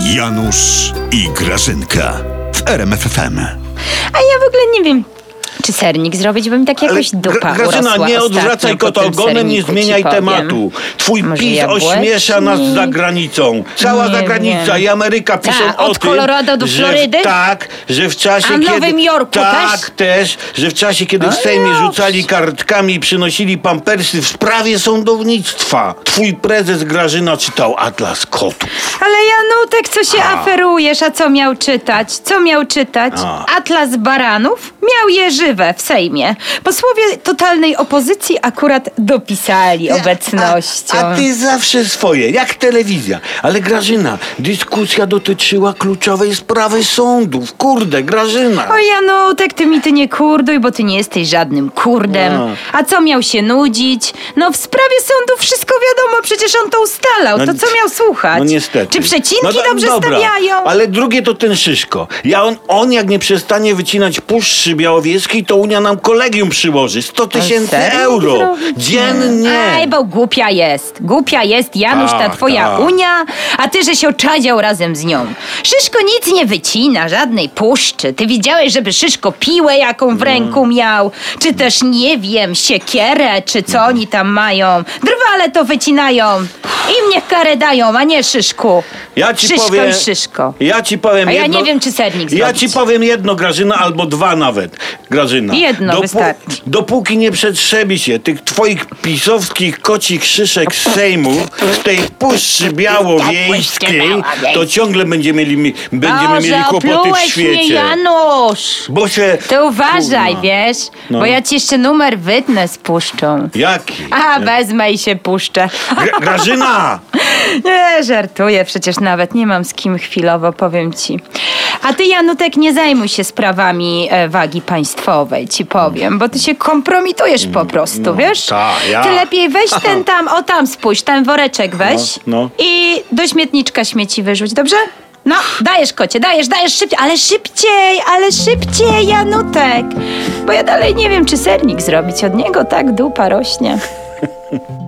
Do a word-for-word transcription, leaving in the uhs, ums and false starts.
Janusz i Grażynka w R M F F M. A ja w ogóle nie wiem, czy sernik zrobić, bo mi tak jakoś Ale dupa Gra- Grażyna, urosła nie ostatnio odwracaj po kota tym ogonem, nie serniku, zmieniaj ci powiem. tematu. Twój Może PiS jabłecznik? ośmiesza nas za granicą. Cała Nie zagranica wiem. i Ameryka piszą Tak, o od tym, Colorado do że Florydy? w, tak, że w czasie A w kiedy... Nowym Jorku tak, też? też, że w czasie kiedy w A Sejmie no. rzucali kartkami i przynosili pampersy w sprawie sądownictwa. Twój prezes Grażyna czytał Atlas Kotów. Ale Janutek, co się A. aferujesz? A co miał czytać? Co miał czytać? A. Atlas Baranów? Miał je żywe w Sejmie. Posłowie totalnej opozycji akurat dopisali obecnością. A, a ty zawsze swoje, jak telewizja. Ale Grażyna, dyskusja dotyczyła kluczowej sprawy sądów. Kurde, Grażyna. O Janutek, ty mi ty nie kurduj, bo ty nie jesteś żadnym kurdem. A. A co miał się nudzić? No w sprawie sądów wszystko wiadomo, przecież on to ustalał. No, to co miał słuchać? No niestety. Czy przecinki No do- dobrze dobra, stawiają? Ale drugie to ten Szyszko. Ja on, on jak nie przestanie wycinać Puszczy Białowieskiej, to Unia nam kolegium przyłoży. sto tysięcy Serio euro. zrobić? Dziennie. Aj, bo głupia jest. Głupia jest, Janusz, ta Tak, twoja tak. Unia, a ty, że się oczadział razem z nią. Szyszko nic nie wycina, żadnej puszczy. Ty widziałeś, żeby Szyszko piłę jaką w ręku miał? Czy też, nie wiem, siekierę, czy co oni tam mają? Drwale to wycinają. Im niech karę dają, a nie Szyszku. Ja ci Szyszko powiem, i Szyszko. Ja ci powiem A ja jedno, nie wiem, czy sernik Ja zrobić. ci powiem jedno, Grażyna, albo dwa nawet, Grażyna. Jedno wystarczy. Dopóki nie przetrzebi się tych twoich pisowskich kocich szyszek z Sejmu, z tej Puszczy Białowiejskiej, to ciągle będziemy mieli, będziemy Boże, mieli kłopoty w oplułeś mnie, świecie. Janusz. Bo się... Ty uważaj, Kurna. wiesz, No. bo ja ci jeszcze numer wytnę z puszczą. Jaki? A, wezmę i się puszczę. Gra- Grażyna! Nie, żartuję, przecież nawet nie mam z kim chwilowo, powiem ci. A ty, Janutek, nie zajmuj się sprawami e, wagi państwowej, ci powiem, bo ty się kompromitujesz po prostu, wiesz? ta, ja. Ty lepiej weź ten tam, o tam spójrz, ten woreczek weź No, no. i do śmietniczka śmieci wyrzuć, dobrze? No, dajesz, kocie, dajesz, dajesz szybciej, ale szybciej, ale szybciej, Janutek. Bo ja dalej nie wiem, czy sernik zrobić, od niego tak dupa rośnie.